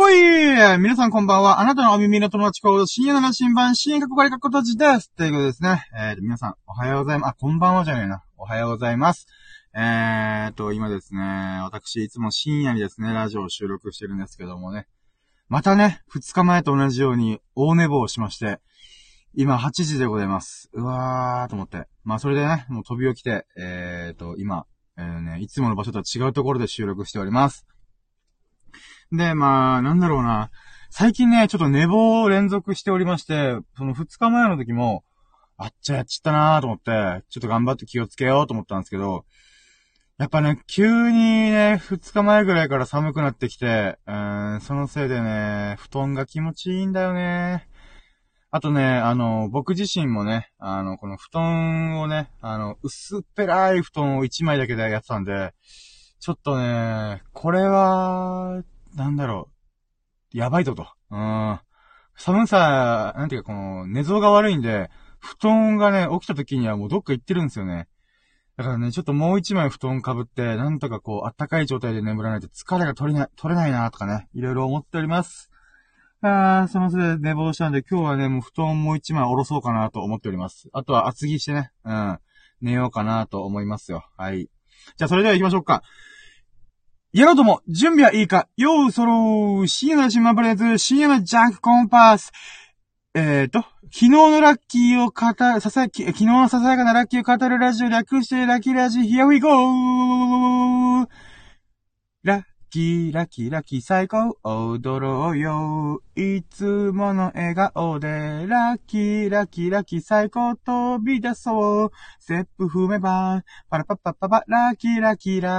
ほい皆さんこんばんは。あなたのお耳の友達コード、深夜の新版、深夜かこかりかこ閉じです。ということですね。皆さん、おはようございます。こんばんはじゃねえな。おはようございます。今ですね、私、いつも深夜にですね、ラジオを収録してるんですけどもね。またね、2日前と同じように、大寝坊をしまして、今8時でございます。うわーと思って。まあ、それでね、もう飛び起きて、今、いつもの場所とは違うところで収録しております。で、まあ、なんだろうな。最近ね、ちょっと寝坊を連続しておりまして、その2日前の時も、あっちゃやっちったなーと思って、ちょっと頑張って気をつけようと思ったんですけど、やっぱね、急にね、2日前ぐらいから寒くなってきて、そのせいでね、布団が気持ちいいんだよね。あとね、僕自身もね、この布団をね、薄っぺらい布団を1枚だけでやってたんで、ちょっとね、これは、なんだろう。やばいぞと。寒さ、なんていうかこの、寝相が悪いんで、布団がね、起きた時にはもうどっか行ってるんですよね。だからね、ちょっともう一枚布団被って、なんとかこう、暖かい状態で眠らないと疲れが取れないなとかね、いろいろ思っております。そのせいで寝坊したんで、今日はね、もう布団もう一枚下ろそうかなと思っております。あとは厚着してね、寝ようかなと思いますよ。はい。じゃあそれでは行きましょうか。やろうとも、準備はいいか、ようそろー、深夜の島プレゼンツ、深夜のジャンクコンパス。昨日のラッキーを昨日のささやかなラッキーを語るラジオ略してラッキーラジ、Here we go! ラッキー、ラッキー、ラッキー、最高、踊ろうよ。いつもの笑顔で、ラッキー、ラッキー、ラッキー、最高、飛び出そう。ステップ踏めば、パラパッパッパパ、ラッキー、ラッキー、ラ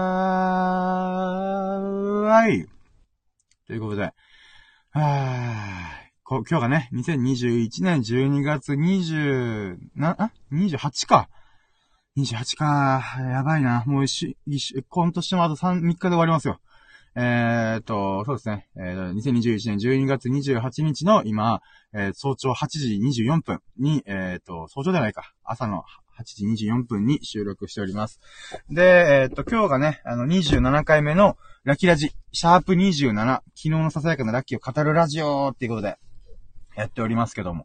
ー。はい。ということで、今日がね、2021年12月28か。28か。やばいな。もう今年もあと3日で終わりますよ。そうですね。2021年12月28日の今、早朝8時24分に、早朝ではないか。朝の8時24分に収録しております。で、今日がね、27回目のラッキーラジ、シャープ27、昨日のささやかなラッキーを語るラジオっていうことで、やっておりますけども。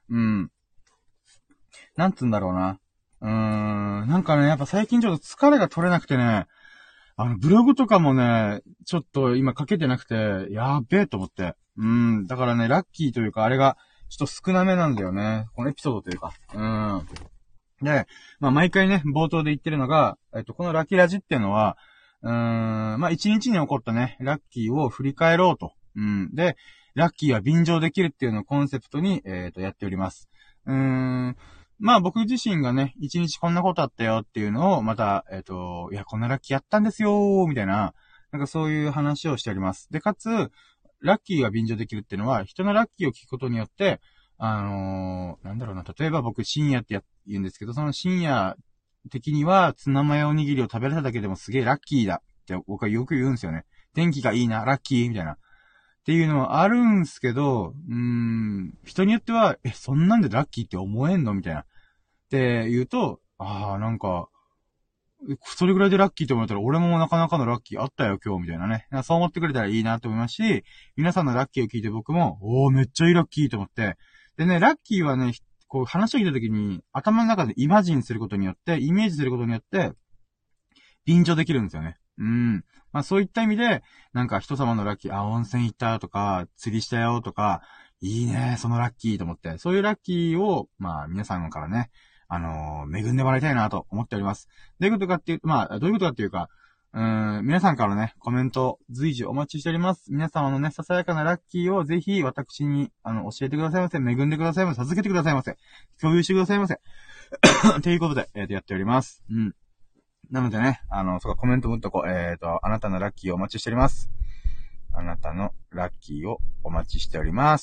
なんつうんだろうな。なんかね、やっぱ最近ちょっと疲れが取れなくてね、ブログとかもね、ちょっと今書けてなくて、やべえと思って。だからね、ラッキーというか、あれが、ちょっと少なめなんだよね。このエピソードというか。で、まあ、毎回ね、冒頭で言ってるのが、このラッキーラジっていうのは、まあ、一日に起こったね、ラッキーを振り返ろうと。で、ラッキーは便乗できるっていうのをコンセプトに、やっております。まあ僕自身がね、一日こんなことあったよっていうのを、また、いや、こんなラッキーやったんですよー、みたいな、なんかそういう話をしております。で、かつ、ラッキーが便乗できるっていうのは、人のラッキーを聞くことによって、なんだろうな、例えば僕深夜って言うんですけど、その深夜的にはツナマヨおにぎりを食べられただけでもすげえラッキーだって僕はよく言うんですよね。天気がいいな、ラッキー、みたいな。っていうのはあるんすけど、人によっては、そんなんでラッキーって思えんのみたいな。って言うと、なんか、それぐらいでラッキーって思ったら、俺もなかなかのラッキーあったよ、今日、みたいなね。そう思ってくれたらいいなと思いますし、皆さんのラッキーを聞いて僕も、めっちゃいいラッキーと思って。でね、ラッキーはね、こう話を聞いたときに、頭の中でイマジンすることによって、イメージすることによって、便乗できるんですよね。まあそういった意味で、なんか人様のラッキー、温泉行ったとか、釣りしたよとか、いいね、そのラッキーと思って、そういうラッキーを、まあ皆さんからね、恵んでもらいたいなと思っております。どういうことかっていう、まあ、どういうことかっていうか、皆さんからね、コメント随時お待ちしております。皆様のね、ささやかなラッキーをぜひ私に、教えてくださいませ。恵んでくださいませ。授けてくださいませ。共有してくださいませ。ということで、やっております。なのでね、そこコメントもっとこう、あなたのラッキーをお待ちしております。あなたのラッキーをお待ちしております。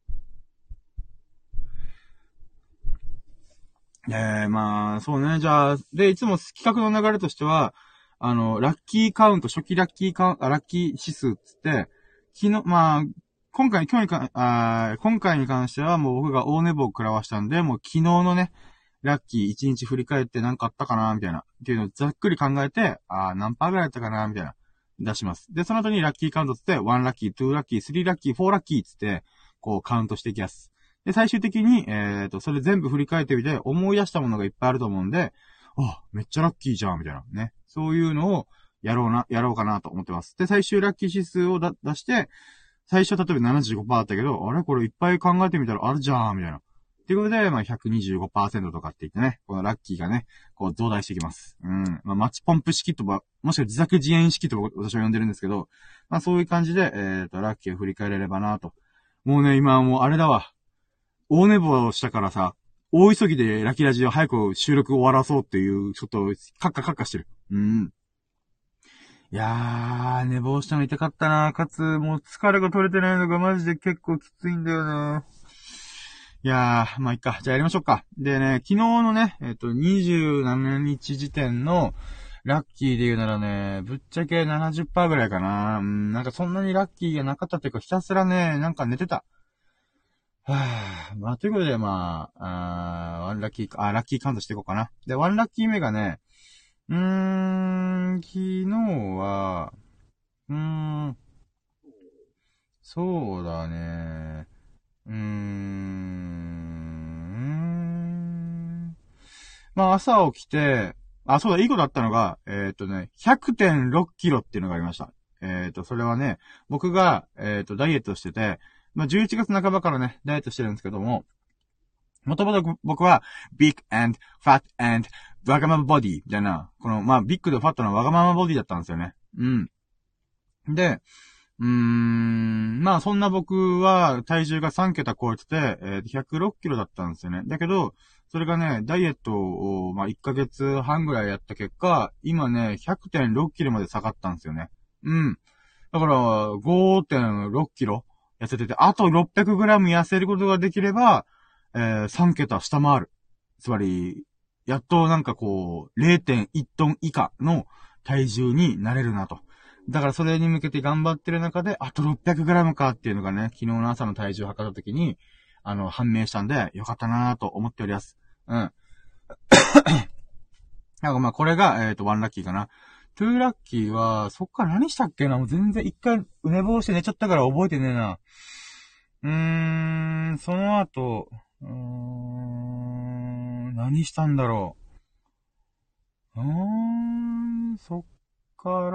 まあ、そうね。じゃあ、で、いつも企画の流れとしては、ラッキーカウント、初期ラッキーラッキー指数っつって、昨日、まあ、今回に関してはもう僕が大寝坊を食らわしたんで、もう昨日のね、ラッキー1日振り返って何かあったかなみたいな。っていうのをざっくり考えて、何パーぐらいだったかなみたいな。 出します。で、その後にラッキーカウントつって、1ラッキー、2ラッキー、3ラッキー、4ラッキーつって、こうカウントしていきます。で、最終的に、それ全部振り返ってみて、思い出したものがいっぱいあると思うんで、めっちゃラッキーじゃん、みたいな。ね。そういうのを、やろうかなと思ってます。で、最終ラッキー指数を出して、最初例えば 75% あったけど、あれこれいっぱい考えてみたらあるじゃん、みたいな。っていうことで、まあ、125% とかって言ってね、このラッキーがね、こう増大していきます。まあ、マッチポンプ式とか、もしくは自作自演式と私は呼んでるんですけど、まあ、そういう感じで、ラッキーを振り返れればなと。もうね、今はもうあれだわ。大寝坊したからさ、大急ぎでラッキーラジオ早く収録終わらそうっていう、ちょっと、カッカカッカしてる。いやー、寝坊したの痛かったな。かつ、もう疲れが取れてないのがマジで結構きついんだよな。いやー、まあいっか。じゃあやりましょうか。でね、昨日のね、27日時点のラッキーで言うならね、ぶっちゃけ70%ぐらいかな。なんかそんなにラッキーがなかったっていうか、ひたすらね、なんか寝てた。まあ、ということで、まあ、ワンラッキー、ラッキーカウントしていこうかな。で、ワンラッキー目がね、昨日は、そうだね。まあ、朝起きて、そうだ、いいことあったのが、100.6 キロっていうのがありました。それはね、僕が、ダイエットしてて、まあ、11月半ばからね、ダイエットしてるんですけども、もともと僕は、big and fat and わがままボディみたいな、この、まあ、ビッグとファットのわがままボディだったんですよね。で、まあそんな僕は体重が3桁超えてて、106キロだったんですよね。だけど、それがね、ダイエットを、まあ1ヶ月半ぐらいやった結果、今ね、100.6キロまで下がったんですよね。だから、5.6キロ痩せてて、あと600グラム痩せることができれば、3桁下回る。つまり、やっとなんかこう、0.1 トン以下の体重になれるなと。だからそれに向けて頑張ってる中で、あと 600g かっていうのがね、昨日の朝の体重を測った時に、判明したんで、よかったなぁと思っております。なんかまあこれが、1ラッキーかな。2ラッキーは、そっから何したっけなもう全然一回寝坊して寝ちゃったから覚えてねえな。その後、何したんだろう。そっから、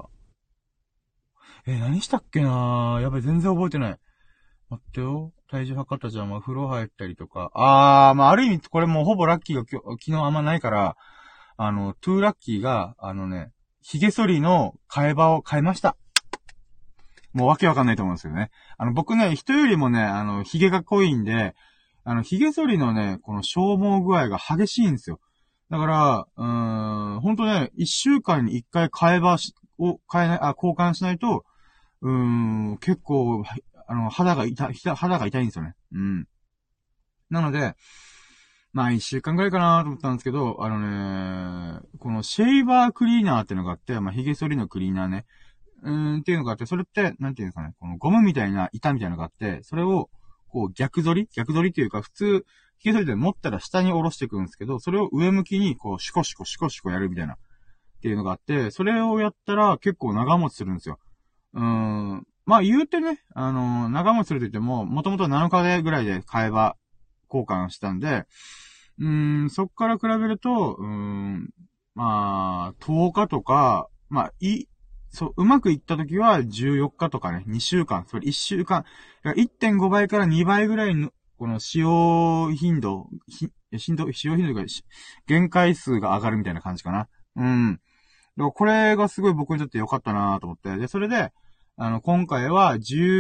何したっけなやばい、全然覚えてない。待ってよ。体重測ったじゃん。まあ、風呂入ったりとか。まあ、ある意味、これもうほぼラッキーが昨日あんまないから、トゥーラッキーが、髭剃りの替え刃を変えました。もうわけわかんないと思うんですよね。僕ね、人よりもね、髭が濃いんで、髭剃りのね、この消耗具合が激しいんですよ。だから、ほんとね、1週間に1回替え刃を交換しないと、結構、肌が痛いんですよね。なので、まあ一週間くらいかなと思ったんですけど、このシェイバークリーナーっていうのがあって、まあ髭剃りのクリーナーね。っていうのがあって、それって、なんていうんですかね、このゴムみたいな板みたいなのがあって、それを、こう逆反りっていうか、普通、髭剃りで持ったら下に下ろしていくんですけど、それを上向きに、こう、シコシコやるみたいな、っていうのがあって、それをやったら結構長持ちするんですよ。まあ言うてね、長持ちすると言っても、もともと7日でぐらいで買えば交換したんで、そっから比べると、まあ、10日とか、まあ、うまくいった時は14日とかね、2週間、それ1週間、1.5 倍から2倍ぐらいの、この使用頻度が、限界数が上がるみたいな感じかな。だからこれがすごい僕にとって良かったなと思って。で、それで、今回は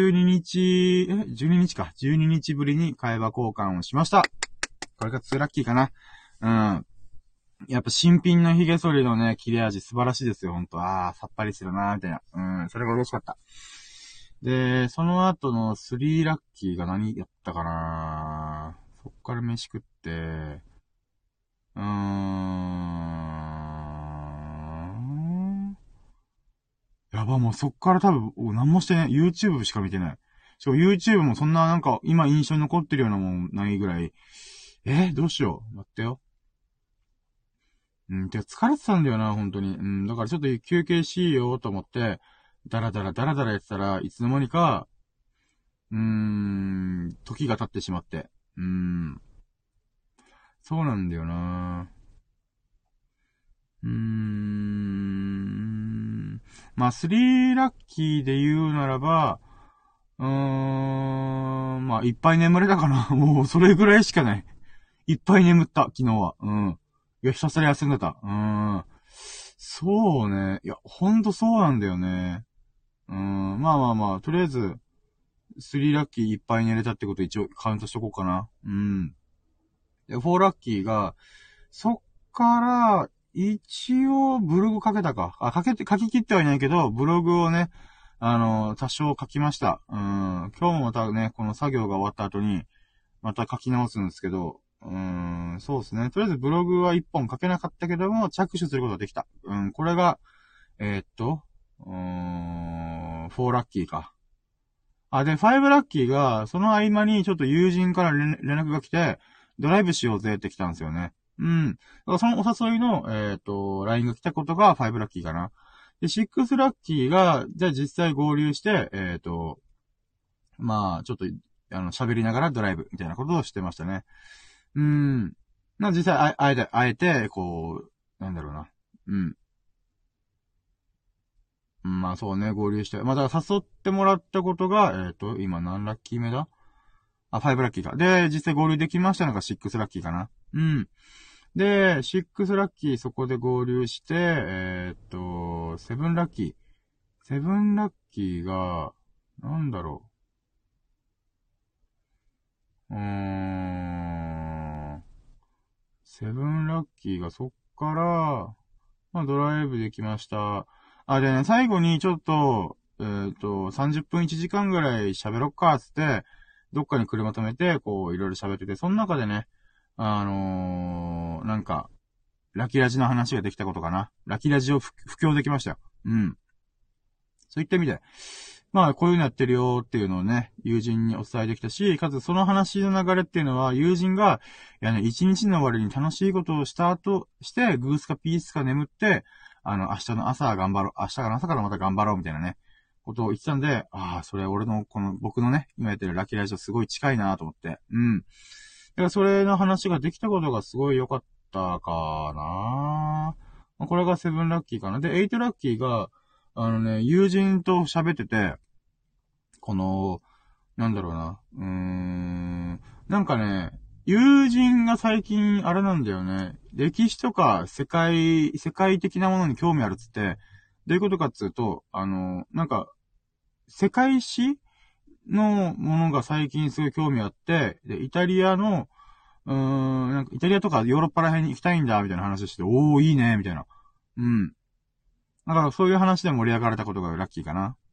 12日か。12日ぶりに会話交換をしました。これが2ラッキーかな。やっぱ新品の髭剃りのね、切れ味素晴らしいですよ、ほんと。さっぱりするなみたいな。それが嬉しかった。で、その後の3ラッキーが何やったかなそっから飯食って、やば、もうそっから多分、何もしてない。YouTube しか見てない。YouTube もそんななんか、今印象に残ってるようなもんないぐらい。どうしよう。待ってよ。 てか疲れてたんだよな、本当に。だからちょっと休憩しようと思って、ダラダラやってたらいつの間にか、時が経ってしまって。そうなんだよな。まあ、スリーラッキーで言うならば、まあ、いっぱい眠れたかな。もう、それぐらいしかない。いっぱい眠った、昨日は。いや、ひたすら休んでた。そうね。いや、ほんとそうなんだよね。まあまあまあ、とりあえず、スリーラッキーいっぱい寝れたってこと一応カウントしとこうかな。で、フォーラッキーが、そっから、一応、ブログ書けたか。書き切ってはいないけど、ブログをね、多少書きました。今日もまたね、この作業が終わった後に、また書き直すんですけど、そうですね。とりあえずブログは一本書けなかったけども、着手することができた。これが、4ラッキーか。で、5ラッキーが、その合間にちょっと友人から連絡が来て、ドライブしようぜって来たんですよね。だからそのお誘いの、LINE が来たことが5ラッキーかな。で、6ラッキーが、じゃあ実際合流して、まあ、ちょっと、喋りながらドライブみたいなことをしてましたね。実際、あえて、こう、なんだろうな。うん。まあそうね、合流して。まあだから誘ってもらったことが、今何ラッキー目だ5ラッキーか。で、実際合流できましたのが6ラッキーかな。で、6ラッキーそこで合流して、7ラッキー。7ラッキーが、なんだろう。セブンラッキーがそっから、まあドライブできました。でね、最後にちょっと、30分1時間ぐらい喋ろっか、つって、どっかに車止めて、こう、いろいろ喋ってて、その中でね、なんか、ラキラジの話ができたことかな。ラキラジを布教できましたよ。そういった意味で、まあ、こういうのやってるよっていうのをね、友人にお伝えできたし、かつその話の流れっていうのは、友人が、いやね、一日の終わりに楽しいことをした後、して、グースかピースか眠って、明日の朝頑張ろう、明日の朝からまた頑張ろうみたいなね、ことを言ってたんで、それ俺の、僕のね、今やってるラッキーラジオすごい近いなと思って、だからそれの話ができたことがすごい良かったかな。これがセブンラッキーかな。で、エイトラッキーが、友人と喋ってて、この、なんだろうな。なんかね、友人が最近あれなんだよね。歴史とか世界的なものに興味あるっつって、どういうことかっつうと、なんか、世界史のものが最近すごい興味あって、で、イタリアの、なんかイタリアとかヨーロッパら辺に行きたいんだ、みたいな話して、いいね、みたいな。だからそういう話で盛り上がれたことがラッキーかな。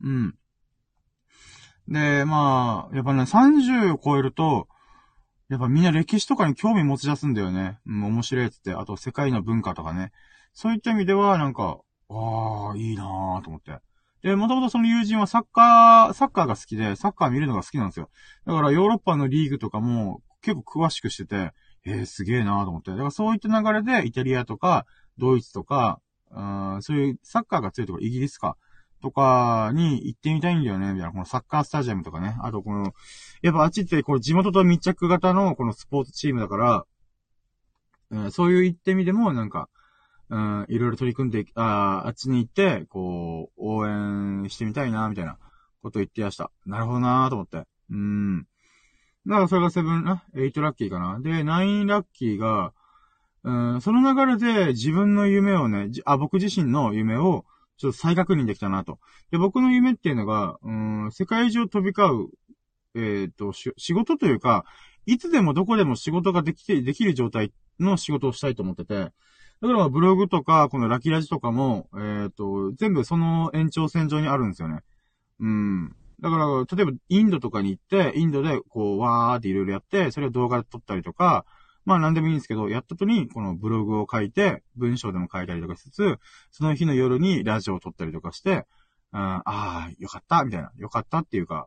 で、まあ、やっぱね、30を超えると、やっぱみんな歴史とかに興味持ち出すんだよね。面白いっつって。あと世界の文化とかね。そういった意味では、なんか、いいなぁと思って。で、もともとその友人はサッカーが好きで、サッカー見るのが好きなんですよ。だからヨーロッパのリーグとかも結構詳しくしてて、すげえなぁと思って。だからそういった流れでイタリアとか、ドイツとか、そういうサッカーが強いところ、イギリスか、とかに行ってみたいんだよね、みたいな。このサッカースタジアムとかね。あとこの、やっぱあっちってこう地元と密着型のこのスポーツチームだから、そういう行ってみてもなんか、いろいろ取り組んで、あっちに行って、こう、応援してみたいな、みたいなことを言ってました。なるほどなーと思って。だからそれが8ラッキーかな。で、9ラッキーが、その流れで自分の夢をね、僕自身の夢をちょっと再確認できたなと。で、僕の夢っていうのが、世界中飛び交う、仕事というか、いつでもどこでも仕事ができる状態の仕事をしたいと思ってて、だからまあブログとか、このラキラジとかも、全部その延長線上にあるんですよね。だから、例えばインドとかに行って、インドでこう、わーっていろいろやって、それを動画で撮ったりとか、まあ何でもいいんですけど、やった後に、このブログを書いて、文章でも書いたりとかしつつ、その日の夜にラジオを撮ったりとかして、よかった、みたいな。よかったっていうか、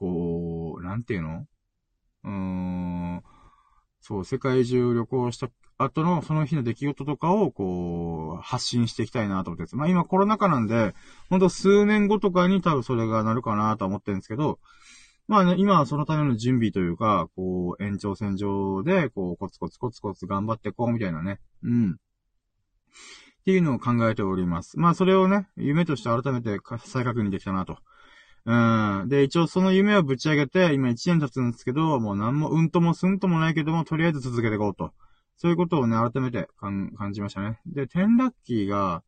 こう、なんていうのそう、世界中旅行した後のその日の出来事とかをこう、発信していきたいなと思ってます。まあ今コロナ禍なんで、ほんと数年後とかに多分それがなるかなと思ってるんですけど、まあね、今はそのための準備というか、こう、延長線上で、こう、コツコツコツコツ頑張っていこうみたいなね。うん。っていうのを考えております。まあそれをね、夢として改めて再確認できたなと。うん。で、一応その夢をぶち上げて、今1年経つんですけど、もうなんもうんともすんともないけども、とりあえず続けていこうと。そういうことをね、改めて感じましたね。で、10ラッキーが、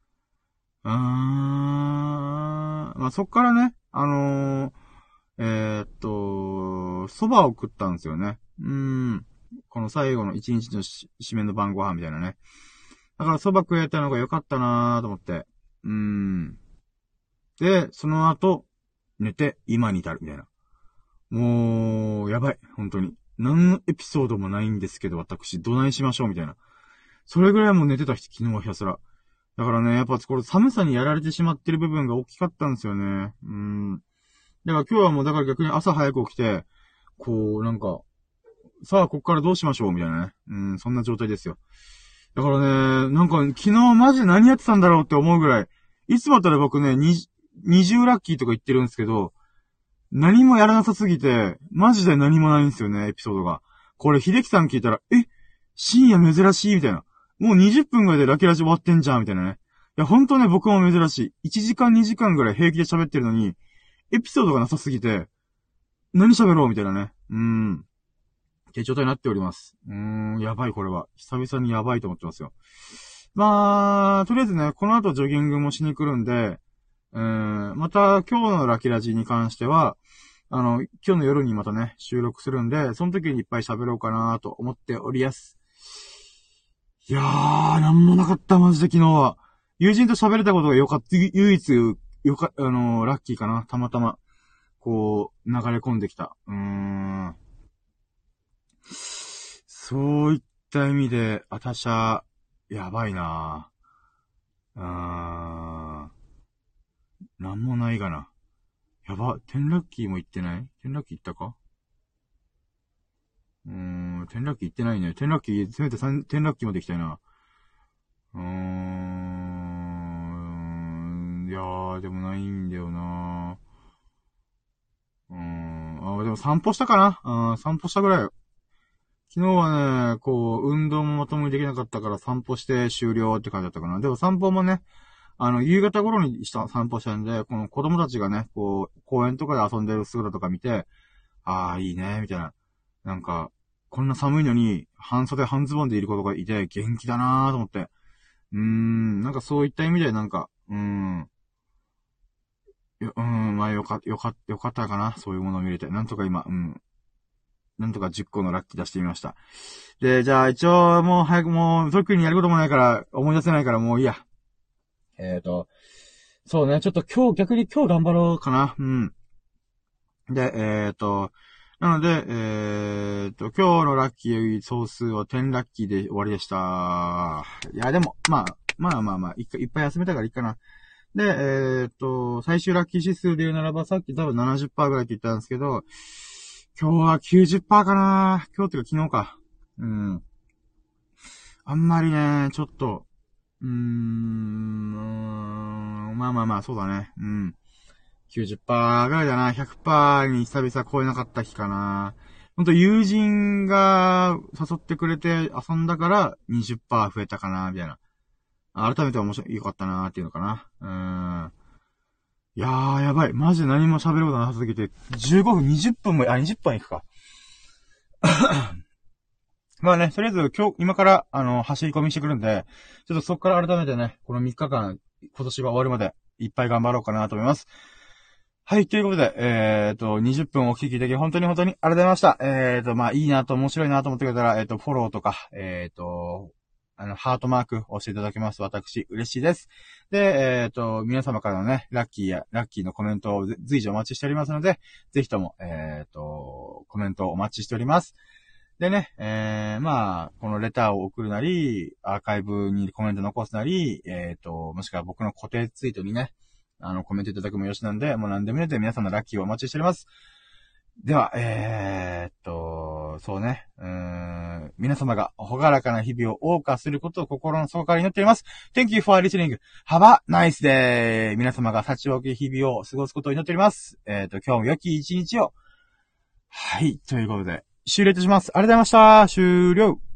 まあそっからね、蕎麦を食ったんですよね。この最後の1日の締めの晩ご飯みたいなね。だから蕎麦食えたのが良かったなーと思って。で、その後、寝て、今に至る、みたいな。もう、やばい、本当に。何のエピソードもないんですけど、私、どないしましょう、みたいな。それぐらいもう寝てた昨日はひたすら。だからね、やっぱこれ寒さにやられてしまってる部分が大きかったんですよね。だから今日はもうだから逆に朝早く起きて、こう、なんか、さあ、こっからどうしましょうみたいなね。そんな状態ですよ。だからね、なんか昨日マジで何やってたんだろうって思うぐらい、いつもだったら僕ね、20ラッキーとか言ってるんですけど、何もやらなさすぎて、マジで何もないんですよね、エピソードが。これ、秀樹さん聞いたら、深夜珍しいみたいな。もう20分ぐらいでラキラジ終わってんじゃんみたいなね。いや、ほんとね、僕も珍しい。1時間2時間ぐらい平気で喋ってるのに、エピソードがなさすぎて、何喋ろうみたいなね。って状態になっております。やばいこれは。久々にやばいと思ってますよ。まあ、とりあえずね、この後ジョギングもしに来るんで、また今日のラキラジに関しては、今日の夜にまたね、収録するんで、その時にいっぱい喋ろうかなと思っておりやす。いやー、なんもなかった、マジで昨日は。友人と喋れたことがよかった、唯一、ラッキーかな、たまたま。こう、流れ込んできた。そういった意味で、あたしゃ、やばいななんもないがな。やば、10ラッキーも行ってない？ 10 ラッキー行ったか10ラッキー行ってないね。10ラッキー、せめて10ラッキーまで行きたいな。いやー、でもないんだよなでも散歩したかな散歩したぐらい。昨日はね、こう、運動もまともにできなかったから散歩して終了って感じだったかな。でも散歩もね、夕方頃に散歩したんで、この子供たちがね、こう、公園とかで遊んでる姿とか見て、いいね、みたいな。なんか、こんな寒いのに、半袖半ズボンでいる子とかいて、元気だなーと思って。なんかそういった意味で、なんか、まあよかったかな。そういうものを見れて。なんとか今、なんとか10個のラッキー出してみました。で、じゃあ一応もう早くもう特にやることもないから、思い出せないからもういいや。そうね、ちょっと逆に今日頑張ろうかな。で、なので、今日のラッキー総数は10ラッキーで終わりでした。いや、でも、まあ、いっぱい休めたからいいかな。で、最終ラッキー指数で言うならば、さっき多分 70% ぐらいって言ったんですけど、今日は 90% かな。今日っていうか昨日か。あんまりね、ちょっと、まあ、そうだね。90% ぐらいだな。100% に久々超えなかった日かな。ほんと友人が誘ってくれて遊んだから20% 増えたかな、みたいな。改めて面白い、良かったなーっていうのかな。いやー、やばい。マジで何も喋ることなさすぎて、15分、20分も、20分いくか。まあね、とりあえず今から、走り込みしてくるんで、ちょっとそこから改めてね、この3日間、今年が終わるまで、いっぱい頑張ろうかなと思います。はい、ということで、20分お聞きいただき、本当にありがとうございました。まあ、いいなと、面白いなと思ってくれたら、フォローとか、ハートマーク押していただけます。私、嬉しいです。で、皆様からのね、ラッキーのコメントを随時お待ちしておりますので、ぜひとも、コメントをお待ちしております。でね、まあ、このレターを送るなり、アーカイブにコメント残すなり、もしくは僕の固定ツイートにね、コメントいただくもよしなんで、もう何でもいいので皆さんのラッキーをお待ちしております。では、 そうね。皆様がほがらかな日々を謳歌することを心の底から祈っております。Thank you for listening. Have a nice day. 皆様が幸多き日々を過ごすことを祈っております。今日も良き一日を。はい。ということで、終了いたします。ありがとうございました。終了。